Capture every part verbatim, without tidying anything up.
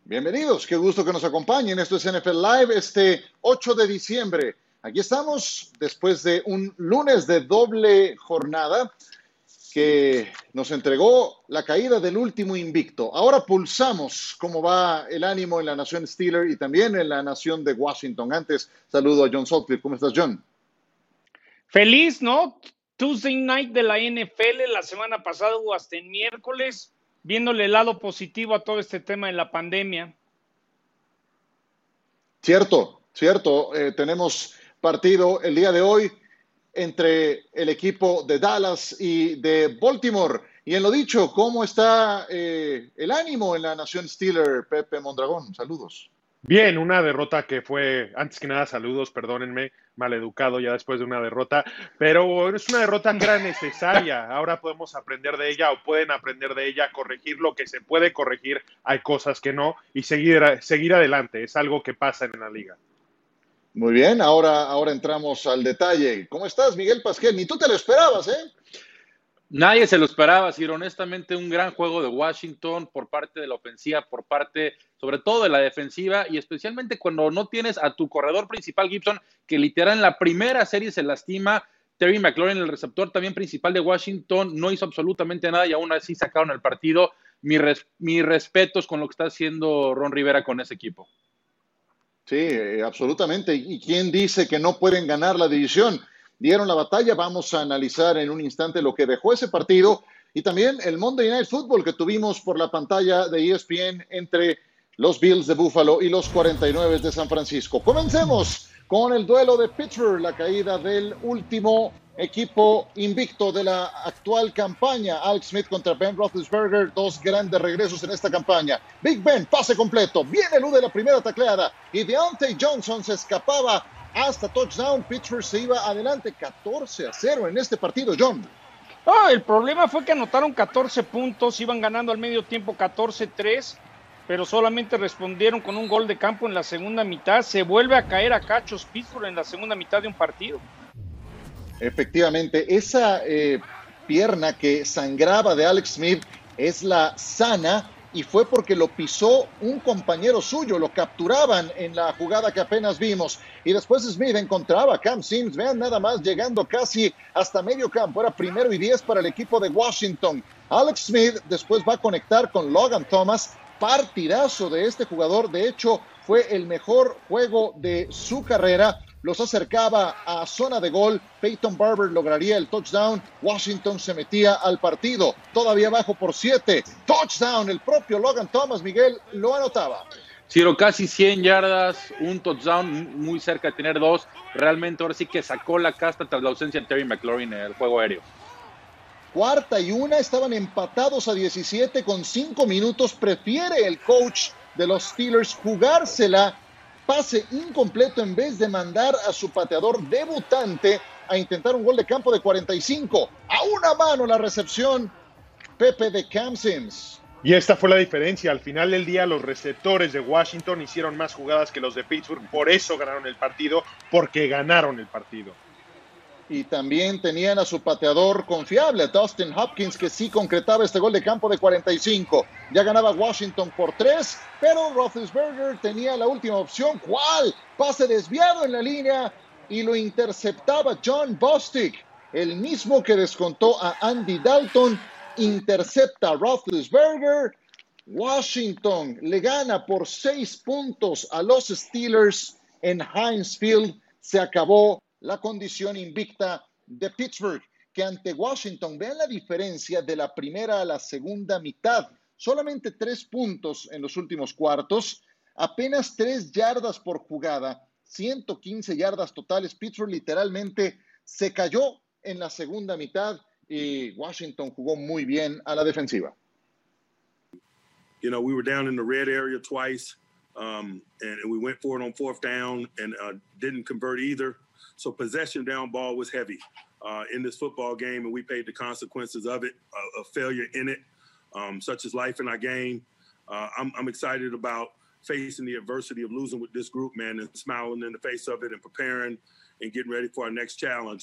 Bienvenidos, qué gusto que nos acompañen. Esto es N F L Live, este ocho de diciembre. Aquí estamos después de un lunes de doble jornada que nos entregó la caída del último invicto. Ahora pulsamos cómo va el ánimo en la nación Steeler y también en la nación de Washington. Antes, saludo a John Sutcliffe. ¿Cómo estás, John? Feliz, ¿no? Tuesday night de la N F L, la semana pasada hubo hasta el miércoles, viéndole el lado positivo a todo este tema de la pandemia. Cierto, cierto. Eh, tenemos partido el día de hoy entre el equipo de Dallas y de Baltimore. Y en lo dicho, ¿cómo está eh, el ánimo en la nación Steeler, Pepe Mondragón? Saludos. Bien, una derrota que fue, antes que nada, saludos, perdónenme, maleducado ya después de una derrota, pero es una derrota que era necesaria. Ahora podemos aprender de ella o pueden aprender de ella, corregir lo que se puede corregir, hay cosas que no, y seguir, seguir adelante. Es algo que pasa en la liga. Muy bien, ahora, ahora entramos al detalle. ¿Cómo estás, Miguel Pasquel? Ni tú te lo esperabas, ¿eh? Nadie se lo esperaba, Ciro. Honestamente, un gran juego de Washington por parte de la ofensiva, por parte, sobre todo de la defensiva, y especialmente cuando no tienes a tu corredor principal, Gibson, que literal en la primera serie se lastima. Terry McLaurin, el receptor también principal de Washington, no hizo absolutamente nada y aún así sacaron el partido. Mi res, mis respetos con lo que está haciendo Ron Rivera con ese equipo. Sí, eh, absolutamente. ¿Y quién dice que no pueden ganar la división? Dieron la batalla. Vamos a analizar en un instante lo que dejó ese partido y también el Monday Night Football que tuvimos por la pantalla de E S P N entre los Bills de Buffalo y los cuarenta y nueve de San Francisco. Comencemos con el duelo de Pittsburgh, la caída del último equipo invicto de la actual campaña. Alex Smith contra Ben Roethlisberger, dos grandes regresos en esta campaña. Big Ben, pase completo, bien elude la primera tacleada y Deontay Johnson se escapaba hasta touchdown. Pittsburgh se iba adelante catorce a cero en este partido, John. Oh, el problema fue que anotaron catorce puntos, iban ganando al medio tiempo catorce tres, pero solamente respondieron con un gol de campo en la segunda mitad. Se vuelve a caer a cachos Pittsburgh en la segunda mitad de un partido. Efectivamente, esa eh, pierna que sangraba de Alex Smith es la sana y fue porque lo pisó un compañero suyo, lo capturaban en la jugada que apenas vimos y después Smith encontraba a Cam Sims, vean nada más, llegando casi hasta medio campo, era primero y diez para el equipo de Washington. Alex Smith después va a conectar con Logan Thomas, partidazo de este jugador, de hecho fue el mejor juego de su carrera. Los acercaba a zona de gol. Peyton Barber lograría el touchdown. Washington se metía al partido. Todavía bajo por siete. Touchdown. El propio Logan Thomas, Miguel, lo anotaba. Ciro, casi cien yardas, un touchdown, muy cerca de tener dos. Realmente ahora sí que sacó la casta tras la ausencia de Terry McLaurin en el juego aéreo. Cuarta y una, estaban empatados a diecisiete con cinco minutos. Prefiere el coach de los Steelers jugársela. Pase incompleto en vez de mandar a su pateador debutante a intentar un gol de campo de cuarenta y cinco. A una mano la recepción, Pepe, de Cam Sims. Y esta fue la diferencia. Al final del día, los receptores de Washington hicieron más jugadas que los de Pittsburgh. Por eso ganaron el partido, porque ganaron el partido. Y también tenían a su pateador confiable, Dustin Hopkins, que sí concretaba este gol de campo de cuarenta y cinco. Ya ganaba Washington por tres, pero Roethlisberger tenía la última opción. ¿Cuál? Pase desviado en la línea y lo interceptaba John Bostic, el mismo que descontó a Andy Dalton. Intercepta a Roethlisberger. Washington le gana por seis puntos a los Steelers en Heinz Field. Se acabó la condición invicta de Pittsburgh, que ante Washington, vean la diferencia de la primera a la segunda mitad, solamente tres puntos en los últimos cuartos, apenas tres yardas por jugada, ciento quince yardas totales. Pittsburgh literalmente se cayó en la segunda mitad y Washington jugó muy bien a la defensiva. You know, we were down in the red area twice, um, and we went for it on fourth down and uh, didn't convert either. So possession down ball was heavy uh, in this football game, and we paid the consequences of it, uh, of failure in it, um, such as life in our game. Uh, I'm, I'm excited about facing the adversity of losing with this group, man, and smiling in the face of it and preparing and getting ready for our next challenge.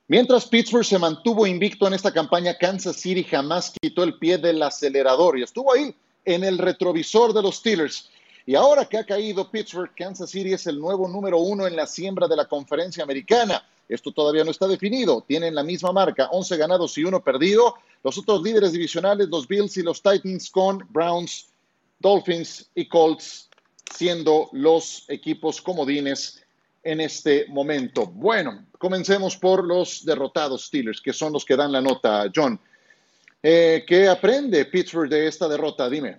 Mientras Pittsburgh se mantuvo invicto en esta campaña, Kansas City jamás quitó el pie del acelerador y estuvo ahí en el retrovisor de los Steelers. Y ahora que ha caído Pittsburgh, Kansas City es el nuevo número uno en la siembra de la conferencia americana. Esto todavía no está definido. Tienen la misma marca, once ganados y uno perdido. Los otros líderes divisionales, los Bills y los Titans, con Browns, Dolphins y Colts siendo los equipos comodines en este momento. Bueno, comencemos por los derrotados Steelers, que son los que dan la nota. John, eh, ¿qué aprende Pittsburgh de esta derrota? Dime.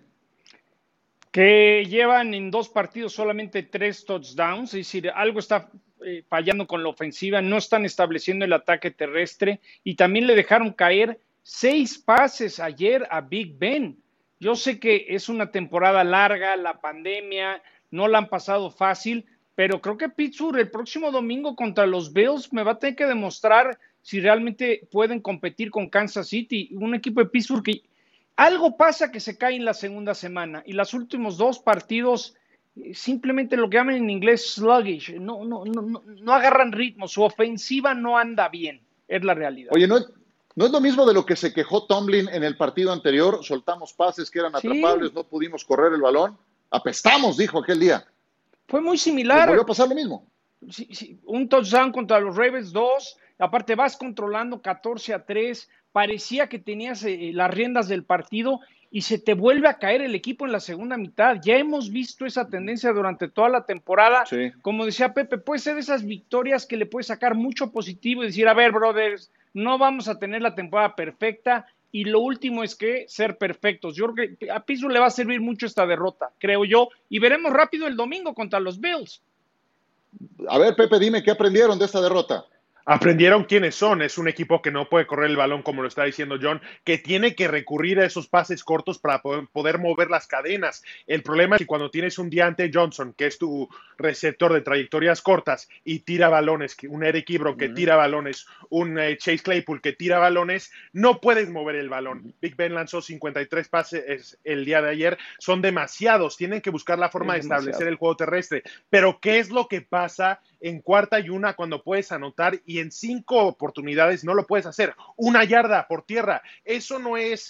Que llevan en dos partidos solamente tres touchdowns, es decir, algo está eh, fallando con la ofensiva, no están estableciendo el ataque terrestre y también le dejaron caer seis pases ayer a Big Ben. Yo sé que es una temporada larga, la pandemia, no la han pasado fácil, pero creo que Pittsburgh el próximo domingo contra los Bills me va a tener que demostrar si realmente pueden competir con Kansas City, un equipo de Pittsburgh que algo pasa que se cae en la segunda semana y los últimos dos partidos simplemente lo que llaman en inglés sluggish, no, no, no, no, no agarran ritmo, su ofensiva no anda bien, es la realidad. Oye, ¿no es, no es lo mismo de lo que se quejó Tomlin en el partido anterior? Soltamos pases que eran atrapables, sí. No pudimos correr el balón, apestamos, dijo aquel día. Fue muy similar. Pues volvió a pasar lo mismo. Sí, sí. Un touchdown contra los Ravens, dos. Aparte vas controlando catorce a tres. Parecía que tenías eh, las riendas del partido y se te vuelve a caer el equipo en la segunda mitad. Ya hemos visto esa tendencia durante toda la temporada. Sí. Como decía Pepe, puede ser de esas victorias que le puedes sacar mucho positivo y decir, a ver, brothers, no vamos a tener la temporada perfecta. Y lo último es que ser perfectos. Yo creo que a Pittsburgh le va a servir mucho esta derrota, creo yo. Y veremos rápido el domingo contra los Bills. A ver, Pepe, dime, ¿qué aprendieron de esta derrota? Aprendieron quiénes son. Es un equipo que no puede correr el balón, como lo está diciendo John, que tiene que recurrir a esos pases cortos para poder mover las cadenas. El problema es que cuando tienes un Deontay Johnson, que es tu receptor de trayectorias cortas, y tira balones, un Eric Ebron que tira balones, un eh, Chase Claypool que tira balones, no puedes mover el balón. Big Ben lanzó cincuenta y tres pases el día de ayer. Son demasiados. Tienen que buscar la forma es de establecer demasiado. El juego terrestre. Pero ¿qué es lo que pasa en cuarta y una cuando puedes anotar y en cinco oportunidades no lo puedes hacer? Una yarda por tierra. Eso no es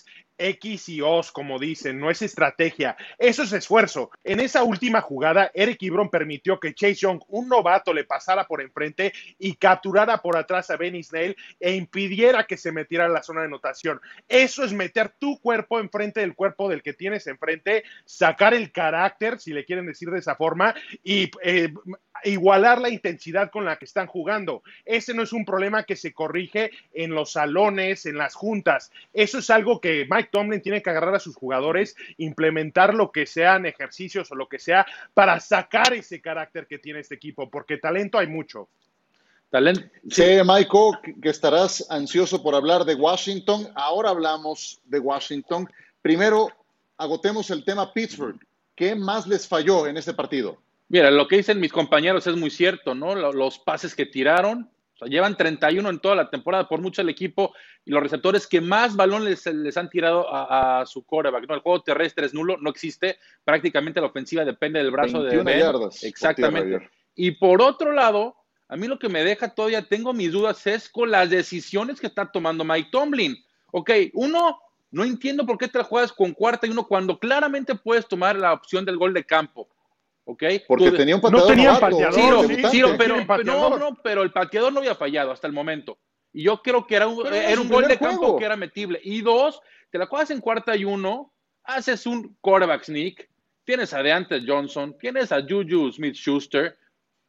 X y O's, como dicen, no es estrategia, eso es esfuerzo. En esa última jugada, Eric Ebron permitió que Chase Young, un novato, le pasara por enfrente y capturara por atrás a Benny Snell e impidiera que se metiera en la zona de anotación. Eso es meter tu cuerpo enfrente del cuerpo del que tienes enfrente, sacar el carácter, si le quieren decir de esa forma, y eh, igualar la intensidad con la que están jugando. Ese no es un problema que se corrige en los salones, en las juntas. Eso es algo que Mike Tomlin tiene que agarrar a sus jugadores, implementar lo que sean ejercicios o lo que sea para sacar ese carácter que tiene este equipo, porque talento hay mucho. Talento. Sé, Michael, que estarás ansioso por hablar de Washington. Ahora hablamos de Washington. Primero, agotemos el tema Pittsburgh. ¿Qué más les falló en este partido? Mira, lo que dicen mis compañeros es muy cierto, ¿no? Los pases que tiraron, o sea, llevan treinta y uno en toda la temporada, por mucho el equipo, y los receptores que más balones les, les han tirado a, a su quarterback, ¿no? El juego terrestre es nulo, no existe, prácticamente la ofensiva depende del brazo de Ben. Yardas. Exactamente. Por y por otro lado, a mí lo que me deja todavía, tengo mis dudas, es con las decisiones que está tomando Mike Tomlin. Ok, uno, no entiendo por qué te la juegas con cuarta y uno cuando claramente puedes tomar la opción del gol de campo. Okay. Porque Tú, tenía un pateador. No tenía novato, pateador. Sí, sí, sí, sí, pero, sí, pero, no, no, pero el pateador no había fallado hasta el momento. Y yo creo que era un, era un gol de campo juego. que era metible. Y dos, te la juegas en cuarta y uno, haces un quarterback sneak, tienes a Deontay Johnson, tienes a Juju Smith-Schuster,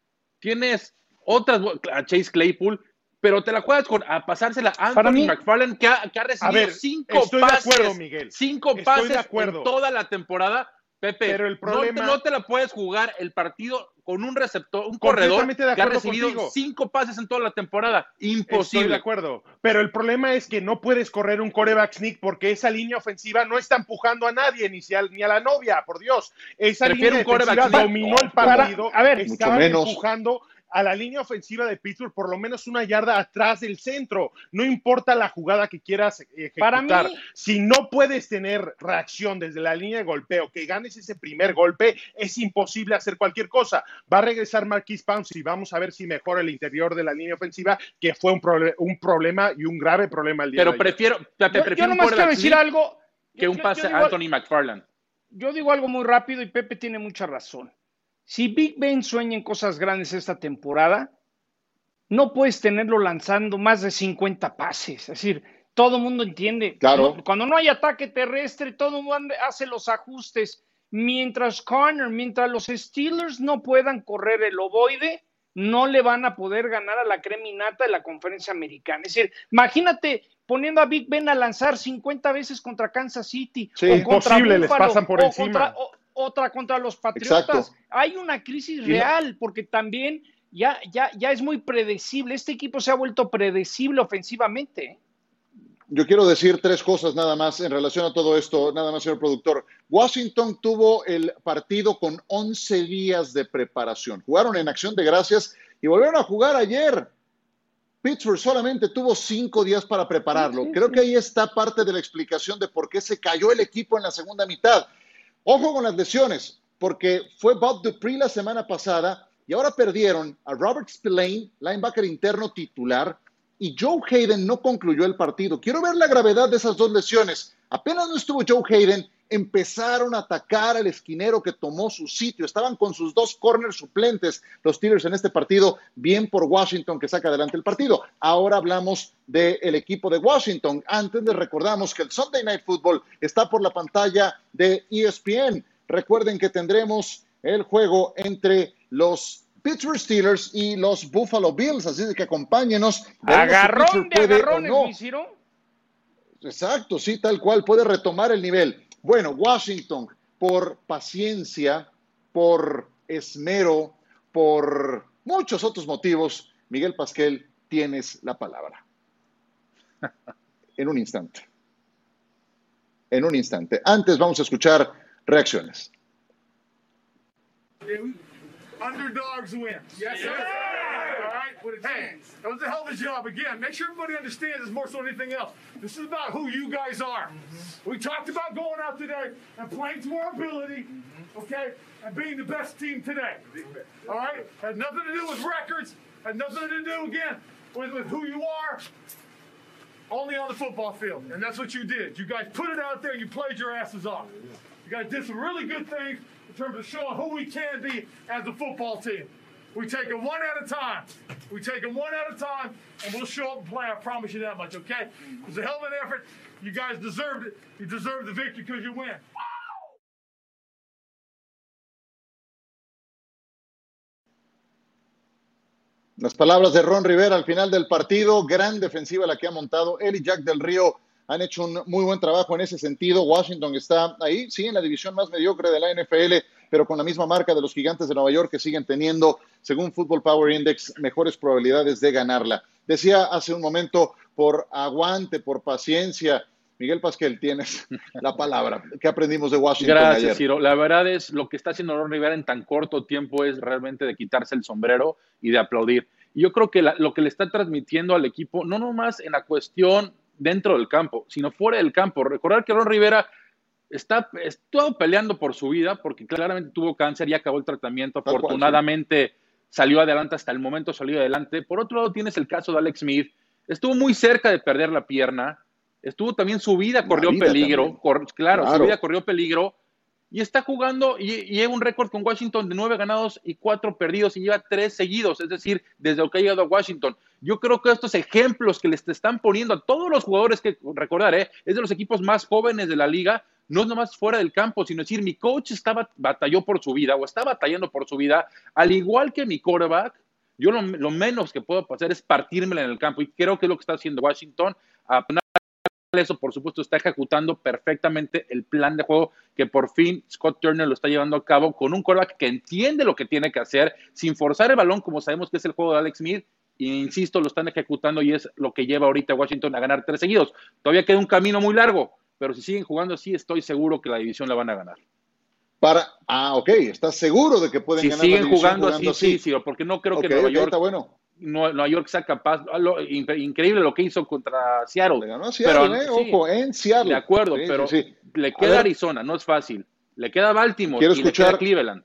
tienes otras, a Chase Claypool, pero te la juegas con a pasársela a Anthony mí, McFarland, que ha, que ha recibido ver, cinco estoy pases, de acuerdo, Miguel. cinco estoy pases de acuerdo. en toda la temporada. Pepe, pero el problema... no, te, no te la puedes jugar el partido con un receptor, un corredor que ha recibido contigo. cinco pases en toda la temporada. Imposible. Estoy de acuerdo. Pero el problema es que no puedes correr un quarterback sneak porque esa línea ofensiva no está empujando a nadie, ni, si a, ni a la novia, por Dios. Esa Prefiero línea un ofensiva dominó el partido. Para, a ver, estaba empujando a la línea ofensiva de Pittsburgh por lo menos una yarda atrás del centro. No importa la jugada que quieras ejecutar. Para mí, si no puedes tener reacción desde la línea de golpeo, que ganes ese primer golpe, es imposible hacer cualquier cosa. Va a regresar Marquise Pouncey y vamos a ver si mejora el interior de la línea ofensiva, que fue un, proble- un problema y un grave problema el día Pero de ayer. prefiero, te yo, prefiero yo nomás quiero decir algo que yo, un pase yo, yo a digo, Anthony McFarland. Yo digo algo muy rápido y Pepe tiene mucha razón. Si Big Ben sueña en cosas grandes esta temporada, no puedes tenerlo lanzando más de cincuenta pases. Es decir, todo el mundo entiende. Claro. No, cuando no hay ataque terrestre, todo el mundo hace los ajustes. Mientras Connor, mientras los Steelers no puedan correr el ovoide, no le van a poder ganar a la creminata de la conferencia americana. Es decir, imagínate poniendo a Big Ben a lanzar cincuenta veces contra Kansas City. Sí, o contra imposible, Buffalo, les pasan por o encima. Contra, o, otra contra los Patriotas. Exacto. Hay una crisis Y real, no, porque también ya, ya, ya es muy predecible. Este equipo se ha vuelto predecible ofensivamente. Yo quiero decir tres cosas nada más en relación a todo esto, nada más, señor productor. Washington tuvo el partido con once días de preparación. Jugaron en acción de gracias y volvieron a jugar ayer. Pittsburgh solamente tuvo cinco días para prepararlo. Sí, sí, Creo sí. que ahí está parte de la explicación de por qué se cayó el equipo en la segunda mitad. Ojo con las lesiones, porque fue Bob Dupree la semana pasada y ahora perdieron a Robert Spillane, linebacker interno titular, y Joe Hayden no concluyó el partido. Quiero ver la gravedad de esas dos lesiones. Apenas no estuvo Joe Hayden, empezaron a atacar al esquinero que tomó su sitio. Estaban con sus dos corners suplentes, los Steelers en este partido, bien por Washington que saca adelante el partido. Ahora hablamos del equipo de Washington. Antes les recordamos que el Sunday Night Football está por la pantalla de E S P N. Recuerden que tendremos el juego entre los Pittsburgh Steelers y los Buffalo Bills, así de que acompáñenos. Agarrón de agarrones, no. ¿me hicieron? Exacto, sí, tal cual, puede retomar el nivel. Bueno, Washington, por paciencia, por esmero, por muchos otros motivos, Miguel Pasquel, tienes la palabra. En un instante. En un instante. Antes vamos a escuchar reacciones. Underdogs win. Yes, sir. All right, with a chance. That was a hell of a job. Again, make sure everybody understands it's more so than anything else. This is about who you guys are. Mm-hmm. We talked about going out today and playing to our ability, mm-hmm. okay, and being the best team today. All right? Had nothing to do with records. Had nothing to do, again, with, with who you are. Only on the football field. And that's what you did. You guys put it out there. You played your asses off. You guys did some really good things in terms of showing who we can be as a football team. We take it one at a time. We take it one at a time, and we'll show up and play. I promise you that much, okay? It was a hell of an effort. You guys deserved it. You deserved the victory because you win. Las palabras de Ron Rivera al final del partido, gran defensiva la que ha montado. Él y Jack del Río han hecho un muy buen trabajo en ese sentido. Washington está ahí, sí, en la división más mediocre de la N F L, pero con la misma marca de los Gigantes de Nueva York, que siguen teniendo, según Football Power Index, mejores probabilidades de ganarla. Decía hace un momento, por aguante, por paciencia. Miguel Pasquel, tienes la palabra. ¿Qué aprendimos de Washington Gracias, ayer? Ciro. La verdad es, lo que está haciendo Ron Rivera en tan corto tiempo es realmente de quitarse el sombrero y de aplaudir. Y yo creo que la, lo que le está transmitiendo al equipo, no nomás en la cuestión dentro del campo, sino fuera del campo. Recordar que Ron Rivera está estuvo peleando por su vida, porque claramente tuvo cáncer y acabó el tratamiento. Tal Afortunadamente cual, sí. salió adelante, hasta el momento salió adelante. Por otro lado tienes el caso de Alex Smith. Estuvo muy cerca de perder la pierna. Estuvo también, su vida corrió vida peligro. Cor, claro, claro, su vida corrió peligro. Y está jugando y, y lleva un récord con Washington de nueve ganados y cuatro perdidos y lleva tres seguidos, es decir, desde lo que ha llegado a Washington. Yo creo que estos ejemplos que les están poniendo a todos los jugadores, que recordar, ¿eh? es de los equipos más jóvenes de la liga, no es nomás fuera del campo, sino decir, mi coach estaba, batalló por su vida o está batallando por su vida, al igual que mi quarterback. Yo lo, lo menos que puedo hacer es partírmela en el campo, y creo que es lo que está haciendo Washington. A eso, por supuesto, está ejecutando perfectamente el plan de juego que por fin Scott Turner lo está llevando a cabo con un quarterback que entiende lo que tiene que hacer, sin forzar el balón, como sabemos que es el juego de Alex Smith. E insisto, lo están ejecutando y es lo que lleva ahorita a Washington a ganar tres seguidos. Todavía queda un camino muy largo, pero si siguen jugando así, estoy seguro que la división la van a ganar. Para, ah, ok, ¿estás seguro de que pueden si ganar siguen la división jugando, jugando así, así? sí, sí, porque no creo Okay, que Nueva okay, York, está bueno. Nueva York sea capaz, lo, increíble lo que hizo contra Seattle. Le ganó a Seattle, pero, eh, sí, ojo, en Seattle. De acuerdo, sí, pero sí, sí. le A queda ver, Arizona, no es fácil. Le queda Baltimore quiero y escuchar, le queda Cleveland.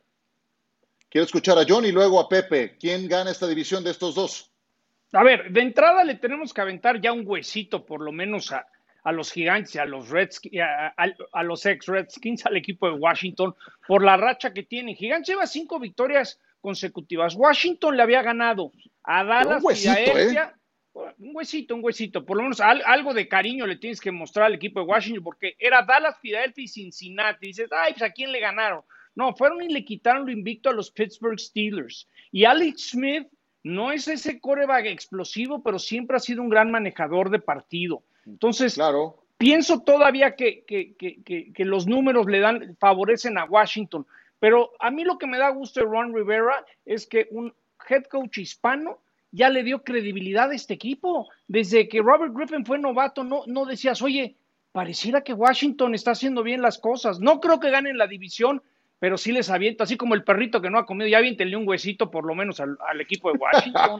Quiero escuchar a John y luego a Pepe. ¿Quién gana esta división de estos dos? A ver, de entrada le tenemos que aventar ya un huesito, por lo menos a, a los Gigantes, a los Redskins, a, a, a los ex-Redskins, al equipo de Washington, por la racha que tiene. Gigantes lleva cinco victorias consecutivas. Washington le había ganado a Dallas, un huesito, Filadelfia. ¿eh? Un huesito, un huesito. Por lo menos al, algo de cariño le tienes que mostrar al equipo de Washington, porque era Dallas, Filadelfia y Cincinnati. Dices, ay, pues ¿a quién le ganaron? No, fueron y le quitaron lo invicto a los Pittsburgh Steelers. Y Alex Smith no es ese quarterback explosivo, pero siempre ha sido un gran manejador de partido. Entonces, claro. Pienso todavía que, que, que, que, que los números le dan, favorecen a Washington. Pero a mí lo que me da gusto de Ron Rivera es que un head coach hispano ya le dio credibilidad a este equipo. Desde que Robert Griffin fue novato, no, no decías, oye, pareciera que Washington está haciendo bien las cosas. No creo que ganen la división, pero sí les aviento, así como el perrito que no ha comido, ya aviéntenle un huesito por lo menos al, al equipo de Washington.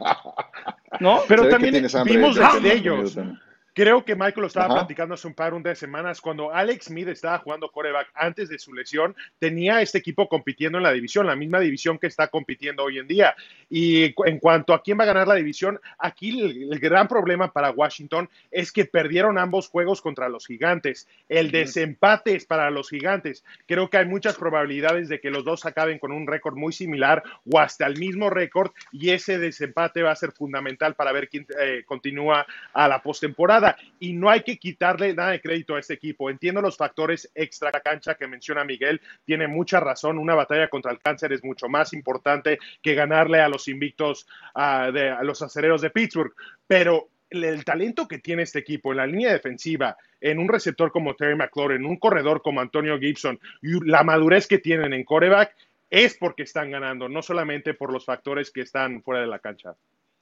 ¿No? Pero también vimos destellos. Creo que Michael lo estaba Ajá. platicando hace un par de semanas, cuando Alex Smith estaba jugando quarterback antes de su lesión, tenía este equipo compitiendo en la división, la misma división que está compitiendo hoy en día. Y en cuanto a quién va a ganar la división, aquí el, el gran problema para Washington es que perdieron ambos juegos contra los Gigantes. El desempate es para los Gigantes. Creo que hay muchas probabilidades de que los dos acaben con un récord muy similar o hasta el mismo récord, y ese desempate va a ser fundamental para ver quién eh, continúa a la postemporada. Y no hay que quitarle nada de crédito a este equipo. Entiendo los factores extra cancha que menciona Miguel, tiene mucha razón. Una batalla contra el cáncer es mucho más importante que ganarle a los invictos, uh, de, a los acereros de Pittsburgh, pero el, el talento que tiene este equipo en la línea defensiva, en un receptor como Terry McLaurin, en un corredor como Antonio Gibson, y la madurez que tienen en quarterback, es porque están ganando, no solamente por los factores que están fuera de la cancha.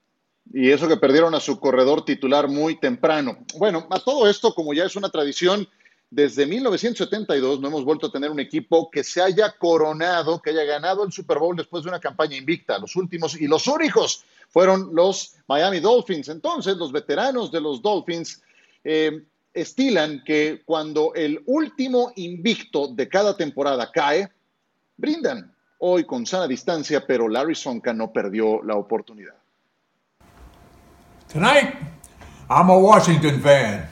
Y eso que perdieron a su corredor titular muy temprano. Bueno, a todo esto, como ya es una tradición, desde mil novecientos setenta y dos no hemos vuelto a tener un equipo que se haya coronado, que haya ganado el Super Bowl después de una campaña invicta. Los últimos y los únicos fueron los Miami Dolphins. Entonces, los veteranos de los Dolphins eh, estilan que cuando el último invicto de cada temporada cae, brindan. Hoy con sana distancia, pero Larry Csonka no perdió la oportunidad. Tonight, I'm a Washington fan.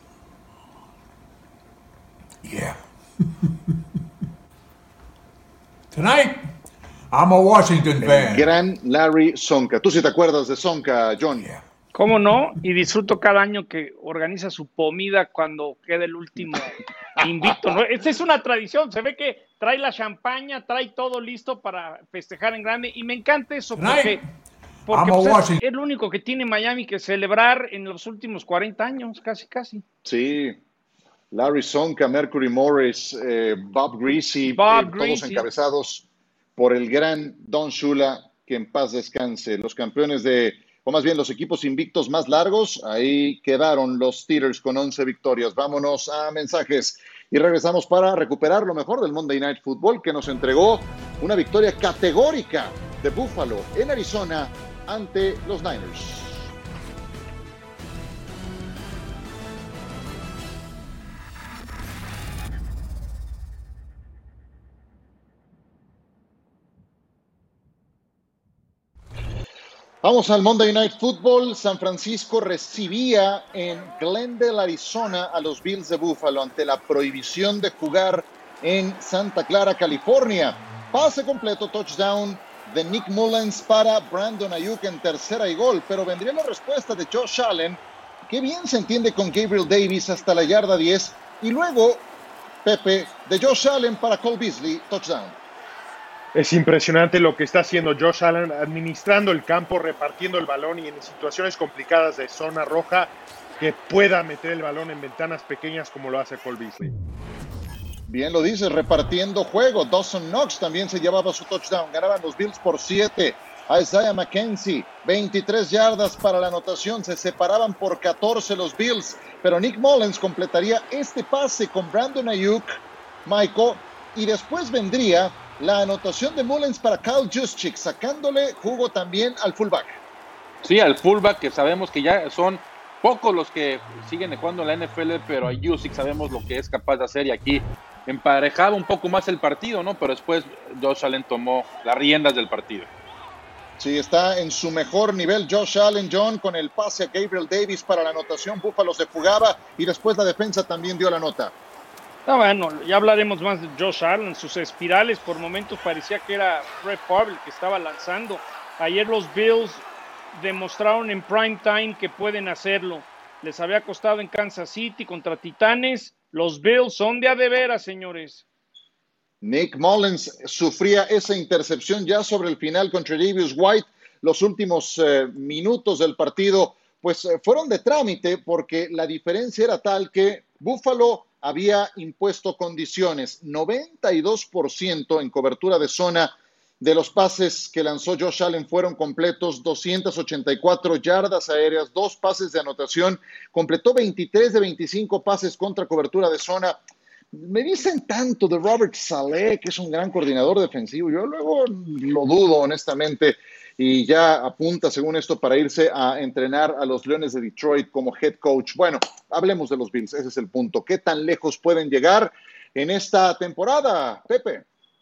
Yeah. Tonight, I'm a Washington fan. El gran Larry Csonka. ¿Tú sí te acuerdas de Csonka, John? Yeah. ¿Cómo no? Y disfruto cada año que organiza su comida cuando queda el último invicto, ¿no? Esta es una tradición. Se ve que trae la champaña, trae todo listo para festejar en grande. Y me encanta eso porque... Porque pues, es el único que tiene Miami que celebrar en los últimos cuarenta años, casi, casi. Sí, Larry Csonka, Mercury Morris, eh, Bob Greasy, Bob eh, Greasy. todos encabezados por el gran Don Shula, que en paz descanse. Los campeones de, o más bien los equipos invictos más largos, ahí quedaron los Steelers con once victorias. Vámonos a mensajes y regresamos para recuperar lo mejor del Monday Night Football, que nos entregó una victoria categórica de Buffalo en Arizona ante los Niners. Vamos al Monday Night Football. San Francisco recibía en Glendale, Arizona, a los Bills de Buffalo ante la prohibición de jugar en Santa Clara, California. Pase completo, touchdown de Nick Mullens para Brandon Ayuk en tercera y gol, pero vendría la respuesta de Josh Allen, que bien se entiende con Gabriel Davis hasta la yarda diez, y luego, Pepe, de Josh Allen para Cole Beasley, touchdown. Es impresionante lo que está haciendo Josh Allen, administrando el campo, repartiendo el balón y en situaciones complicadas de zona roja, que pueda meter el balón en ventanas pequeñas como lo hace Cole Beasley. Bien lo dices, repartiendo juego. Dawson Knox también se llevaba su touchdown. Ganaban los Bills por siete. Isaiah McKenzie, veintitrés yardas para la anotación. Se separaban por catorce los Bills. Pero Nick Mullens completaría este pase con Brandon Ayuk, Michael, y después vendría la anotación de Mullens para Kyle Juszczyk, sacándole jugo también al fullback. Sí, al fullback, que sabemos que ya son pocos los que siguen jugando en la N F L, pero a Juszczyk sabemos lo que es capaz de hacer, y aquí emparejaba un poco más el partido, ¿no? Pero después Josh Allen tomó las riendas del partido. Sí, está en su mejor nivel Josh Allen, John, con el pase a Gabriel Davis para la anotación. Buffalo se fugaba y después la defensa también dio la nota. Ah, bueno, ya hablaremos más de Josh Allen. Sus espirales por momentos parecía que era Brett Favre el que estaba lanzando. Ayer los Bills demostraron en prime time que pueden hacerlo. Les había costado en Kansas City contra Titanes. Los Bills son de a de veras, señores. Nick Mullens sufría esa intercepción ya sobre el final contra Davis White. Los últimos eh, minutos del partido pues eh, fueron de trámite, porque la diferencia era tal que Buffalo había impuesto condiciones. noventa y dos por ciento en cobertura de zona de los pases que lanzó Josh Allen fueron completos, doscientas ochenta y cuatro yardas aéreas, dos pases de anotación, completó veintitrés de veinticinco pases contra cobertura de zona. Me dicen tanto de Robert Saleh, que es un gran coordinador defensivo. Yo luego lo dudo, honestamente, y ya apunta, según esto, para irse a entrenar a los Leones de Detroit como head coach. Bueno, hablemos de los Bills, ese es el punto. ¿Qué tan lejos pueden llegar en esta temporada, Pepe?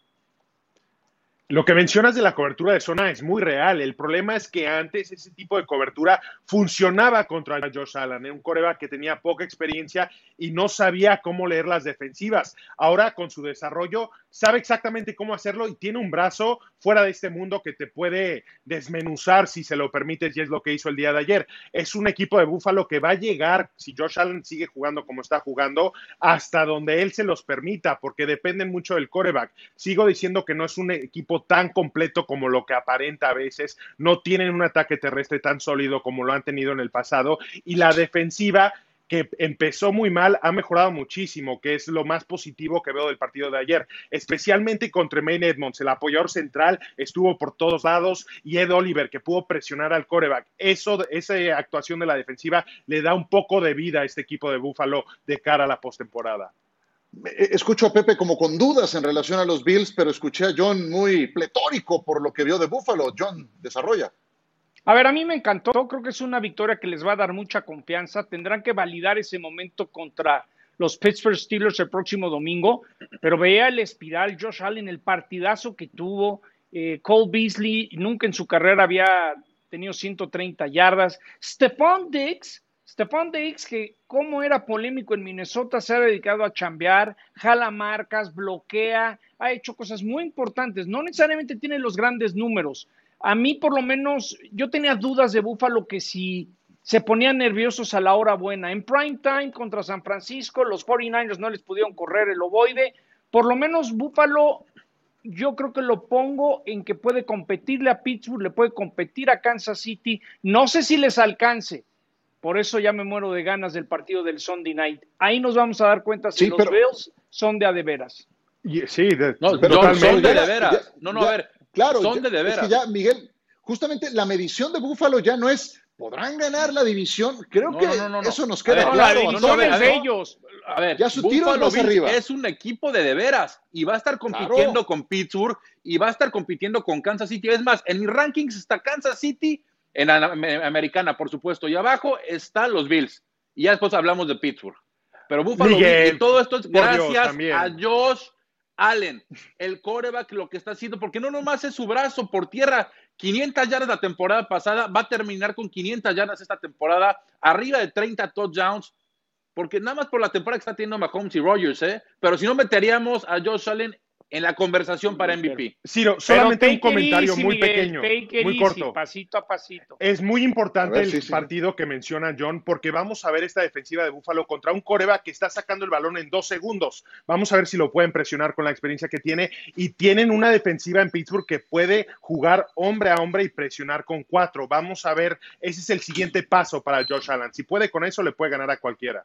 Lo que mencionas de la cobertura de zona es muy real. El problema es que antes ese tipo de cobertura funcionaba contra Josh Allen, un quarterback que tenía poca experiencia y no sabía cómo leer las defensivas. Ahora, con su desarrollo, sabe exactamente cómo hacerlo y tiene un brazo fuera de este mundo que te puede desmenuzar si se lo permites, y es lo que hizo el día de ayer. Es un equipo de Buffalo que va a llegar, si Josh Allen sigue jugando como está jugando, hasta donde él se los permita, porque dependen mucho del quarterback. Sigo diciendo que no es un equipo tan completo como lo que aparenta a veces, no tienen un ataque terrestre tan sólido como lo han tenido en el pasado, y la defensiva, que empezó muy mal, ha mejorado muchísimo, que es lo más positivo que veo del partido de ayer, especialmente contra Tremaine Edmonds. El apoyador central estuvo por todos lados, y Ed Oliver, que pudo presionar al quarterback. Eso, esa actuación de la defensiva le da un poco de vida a este equipo de Buffalo de cara a la postemporada. Escucho a Pepe como con dudas en relación a los Bills, pero escuché a John muy pletórico por lo que vio de Buffalo. John, desarrolla. A ver, a mí me encantó, creo que es una victoria que les va a dar mucha confianza. Tendrán que validar ese momento contra los Pittsburgh Steelers el próximo domingo, pero veía el espiral, Josh Allen, el partidazo que tuvo, eh, Cole Beasley nunca en su carrera había tenido ciento treinta yardas, Stephon Diggs, Stephon Diggs, que como era polémico en Minnesota, se ha dedicado a chambear, jala marcas, bloquea, ha hecho cosas muy importantes, no necesariamente tiene los grandes números. A mí, por lo menos, yo tenía dudas de Buffalo, que si se ponían nerviosos a la hora buena. En prime time contra San Francisco, los cuarenta y nueve ers no les pudieron correr el ovoide. Por lo menos Buffalo, yo creo que lo pongo en que puede competirle a Pittsburgh, le puede competir a Kansas City. No sé si les alcance. Por eso ya me muero de ganas del partido del Sunday Night. Ahí nos vamos a dar cuenta si sí, los pero... Bills son de a de veras. Sí, de, no, pero totalmente. Son de de veras. No, no, ya, a ver. Claro, son de de veras. Es que ya, Miguel, justamente la medición de Buffalo ya no es, ¿podrán ganar la división? Creo no, que no, no, no. eso nos queda ver, claro. La división es de ellos. A ver, ya su tiro es más arriba. Es un equipo de de veras y va a estar compitiendo claro. con Pittsburgh y va a estar compitiendo con Kansas City. Es más, en mis rankings está Kansas City, en la americana, por supuesto, y abajo están los Bills. Y ya después hablamos de Pittsburgh. Pero Buffalo, Miguel, y todo esto es gracias Dios, a Josh Allen, el quarterback, lo que está haciendo, porque no nomás es su brazo por tierra, quinientas yardas la temporada pasada, va a terminar con quinientas yardas esta temporada, arriba de treinta touchdowns, porque nada más por la temporada que está teniendo Mahomes y Rodgers, ¿eh? Pero si no, meteríamos a Josh Allen en la conversación para M V P. Ciro, solamente un comentario easy, muy Miguel, pequeño, muy easy, corto. Pasito a pasito. Es muy importante ver, el sí, sí. partido que menciona John, porque vamos a ver esta defensiva de Buffalo contra un quarterback que está sacando el balón en dos segundos. Vamos a ver si lo pueden presionar con la experiencia que tiene. Y tienen una defensiva en Pittsburgh que puede jugar hombre a hombre y presionar con cuatro. Vamos a ver, ese es el siguiente paso para Josh Allen. Si puede con eso, le puede ganar a cualquiera.